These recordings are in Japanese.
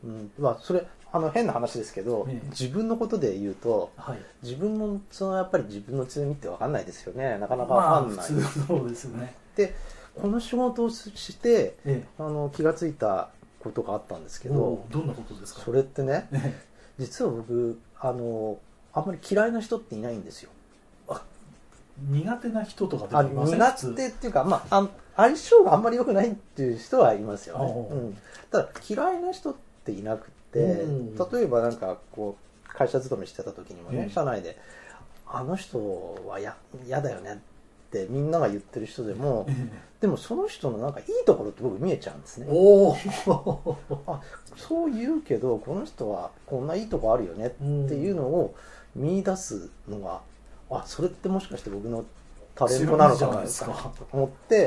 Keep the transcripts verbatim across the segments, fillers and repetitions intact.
うん、まあそれあの変な話ですけど、ええ、自分のことで言うと、はい、自分もそのやっぱり自分の強みって分かんないですよね。なかなか分かんない、 まあ、普通そうですよね。 でこの仕事をして、 ええ、 あの気がついたことがあったんですけど、 どんなことですか？ それってね、 ええ、 実は僕あのあんまり嫌いな人っていないんですよ。 あ、苦手な人とか出てきません？ 苦手っていうか、まあ、相性があんまり良くないっていう人はいますよね、うん、ただ嫌いな人っていなくて、例えばなんかこう会社勤めしてた時にもね、社内であの人はや嫌だよねってみんなが言ってる人でも、でもその人のなんかいいところって僕見えちゃうんですね。おあ、そう言うけどこの人はこんないいとこあるよねっていうのを見出すのが、あ、それってもしかして僕のタレントなのかなと思って、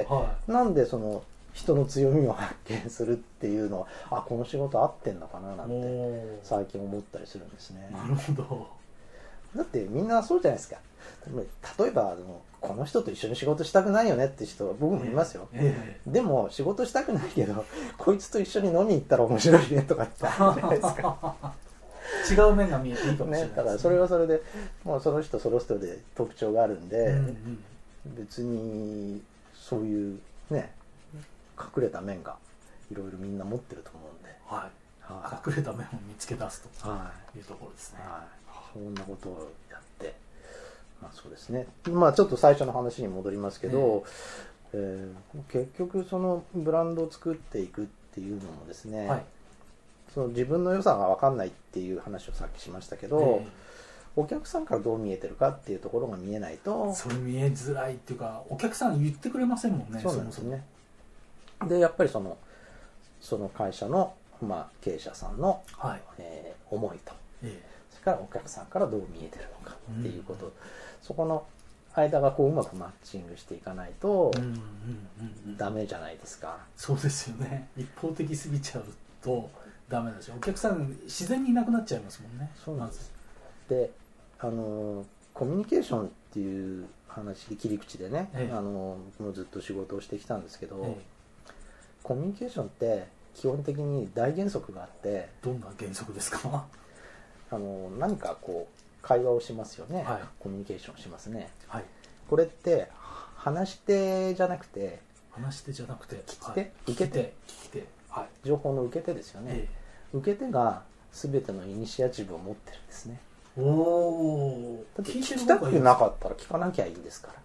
はい、なんでその人の強みを発見するっていうのは、あ、この仕事合ってんのかななんて最近思ったりするんですね。 なるほど。 だってみんなそうじゃないですか。例えばあのこの人と一緒に仕事したくないよねって人は僕もいますよ、ええ、でも仕事したくないけどこいつと一緒に飲み行ったら面白いねとかってあるじゃないですか違う面が見えていいかもしれないですね。 だからそれはそれでもうその人その人で特徴があるんで、うんうん、別にそういうね隠れた面がいろいろみんな持ってると思うんで、 はいはい、隠れた面を見つけ出すというところですね、はいはい、そんなことをやって、まあ、そうですね、まあちょっと最初の話に戻りますけど、えーえー、結局そのブランドを作っていくっていうのもですね、はい、その自分の良さが分かんないっていう話をさっきしましたけど、えーお客さんからどう見えてるかっていうところが見えないと、 それ見えづらいっていうか、お客さん言ってくれませんもんね。 そうなんですね。でやっぱりそのその会社の、まあ、経営者さんの、はい、えー、思いと、ええ、それからお客さんからどう見えてるのかっていうこと、うん、そこの間がこううまくマッチングしていかないとダメじゃないですか。 そうですよね。一方的すぎちゃうとダメだし、お客さん自然にいなくなっちゃいますもんね。 そうなんです。であのコミュニケーションっていう話で切り口でね、ええ、あのもうずっと仕事をしてきたんですけど、ええ、コミュニケーションって基本的に大原則があって。 どんな原則ですか？ あの何かこう会話をしますよね、はい、コミュニケーションしますね、はい、これって話し手じゃなくて話し手じゃなくて聞き手、はい、 受け手、聞き手、 はい、情報の受け手ですよね、ええ、受け手が全てのイニシアチブを持ってるんですね。おだって聞きたくなかったら聞かなきゃいいんですから。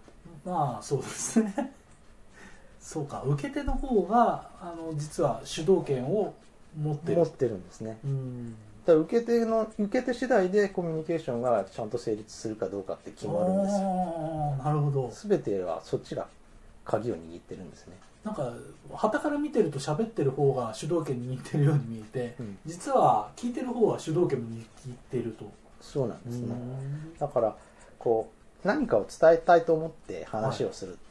まあそうですねそうか、受け手の方があの実は主導権を持ってる持ってるんですね。うんだから受け手の受け手次第でコミュニケーションがちゃんと成立するかどうかって決まるんですよ。 なるほど。 全てはそっちが鍵を握ってるんですね。 なんか傍から見てると喋ってる方が主導権握ってるように見えて、うん、実は聞いてる方は主導権を握っていると。 そうなんですね。だからこう何かを伝えたいと思って話をする、はい、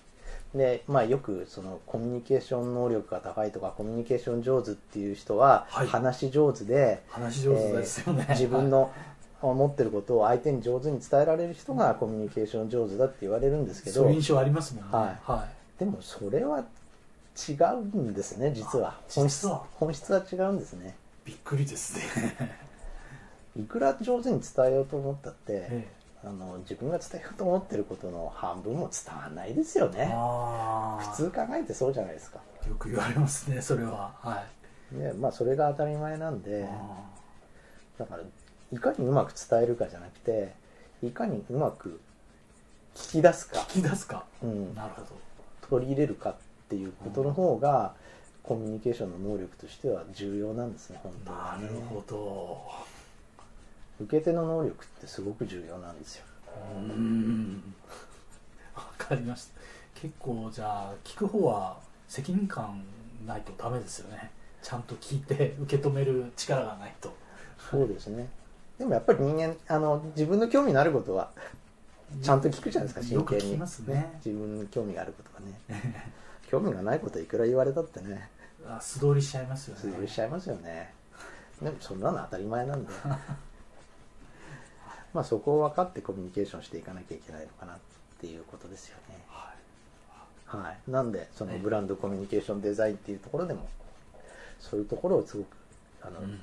でまあ、よくそのコミュニケーション能力が高いとかコミュニケーション上手っていう人は話し上手で、はい、 話し上手ですよね、 えー、自分の思ってることを相手に上手に伝えられる人がコミュニケーション上手だって言われるんですけど、 そういう印象ありますもんね、 はいはい、でもそれは違うんですね。実は本質は本質は違うんですね。 びっくりですねいくら上手に伝えようと思ったって、ええ、あの自分が伝えようと思ってることの半分も伝わらないですよね。普通考えてそうじゃないですか。 よく言われますね、それは。はい。 で、まあそれが当たり前なんで、だからいかにうまく伝えるかじゃなくて、いかにうまく聞き出すか、 聞き出すか、 うん、 なるほど。 取り入れるかっていうことの方が、うん、コミュニケーションの能力としては重要なんですね、本当はね。 なるほど。 受け手の能力ってすごく重要なんですよ。 うーん、わかりました。結構じゃあ聞く方は責任感ないとダメですよね。ちゃんと聞いて受け止める力がないと。 そうですね。でもやっぱり人間あの自分の興味のあることはちゃんと聞くじゃないですか、真剣に。 よく聞きますね。 自分に興味があることがね興味がないこといくら言われたってね、 あ、素通りしちゃいますよね。 素通りしちゃいますよね。でもそんなの当たり前なんでまあそこを分かってコミュニケーションしていかなきゃいけないのかなっていうことですよね。はい、はい、なんでそのブランドコミュニケーションデザインっていうところでもそういうところをすごくあの、うん、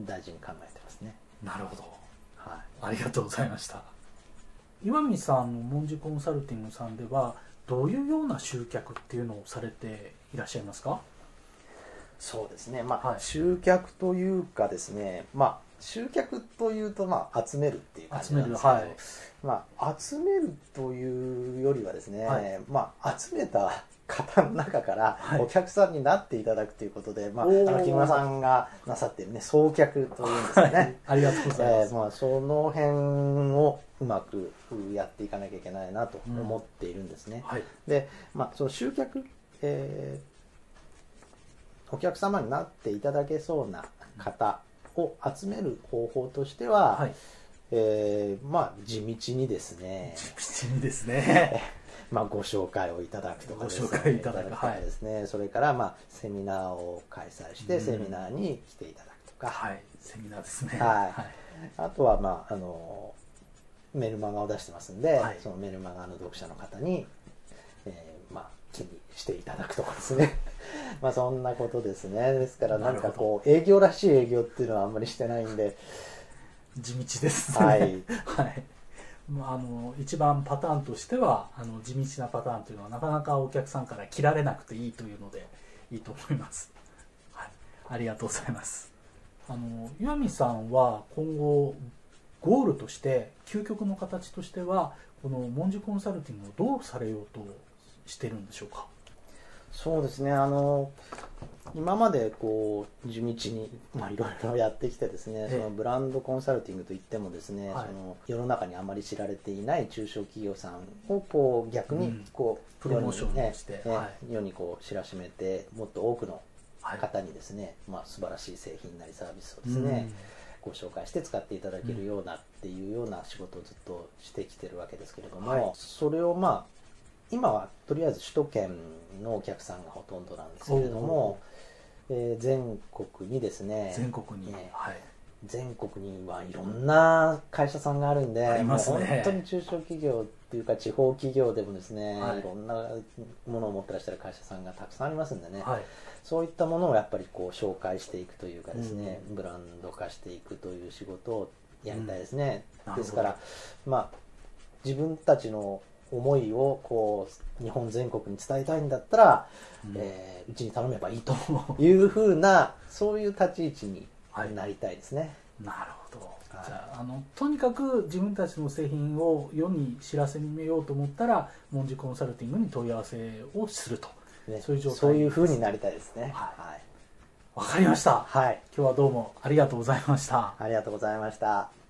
大事に考えてますね。 なるほど、 はい、 ありがとうございました。岩見さんのモンジコンサルティングさんではどういうような集客っていうのをされていらっしゃいますか？ そうですね、まあ、 はい、 集客というかですね、まあ、集客というと、まあ、集めるっていう感じなんですけど、はい、まあ、集めるというよりはですね、はい、まあ、集めた方の中からお客さんになっていただくということで、はい、まあ、あの木村さんがなさっているね、送客というんですかね、はい、 ありがとうございます。 えーまあ、その辺をうまくやっていかなきゃいけないなと思っているんですね。うん、はい、で、まあ、その集客、えーお客様になっていただけそうな方を集める方法としては、はい、えー、まあ地道にですね地道にですねまあご紹介をいただくとかですね、 ご紹介いただくとかですね、はい、それからまあセミナーを開催してセミナーに来ていただくとか、 はい、セミナーですね、 はいはい、あとはまああのメルマガを出してますんで、はい、そのメルマガの読者の方に、えー、まあ気にしていただくとかですねまあそんなことですね。ですからなんかこう営業らしい営業っていうのはあんまりしてないんで地道ですね。はい、はい、まあ、あの一番パターンとしてはあの地道なパターンというのはなかなかお客さんから切られなくていいというのでいいと思います。はい、ありがとうございます。あの岩見さんは今後ゴールとして究極の形としてはこのモンジコンサルティングをどうされようとしてるんでしょうか？ そうですね、あの今までこう地道にまあいろいろやってきてですね、そのブランドコンサルティングといってもですね、はい、その世の中にあまり知られていない中小企業さんをこう逆にこう、 うん、プロモーションして、 ね、はい、世にこう知らしめてもっと多くの方にですね、はい、まあ素晴らしい製品なりサービスをですね、うん、ご紹介して使っていただけるようなっていうような仕事をずっとしてきてるわけですけれども、はい、それをまあ今はとりあえず首都圏のお客さんがほとんどなんですけれども、えー、全国にですね、 全国に、 えーはい、 全国にはいろんな会社さんがあるんで、 ありますね、 もう本当に中小企業っていうか地方企業でもですね、はい、いろんなものを持ってらっしゃる会社さんがたくさんありますんでね、はい、そういったものをやっぱりこう紹介していくというかですね、うん、ブランド化していくという仕事をやりたいですね。うん、ですからまあ自分たちの思いをこう日本全国に伝えたいんだったら、うんえー、うちに頼めばいいというふうなそういう立ち位置になりたいですね。 はい、なるほど。じゃあ、あのとにかく自分たちの製品を世に知らせにようと思ったらモンジコンサルティングに問い合わせをすると、 ね、 そういう状態、 そういうふうになりたいですね。 はい、わかりました。 はい、 今日はどうもありがとうございました。 ありがとうございました。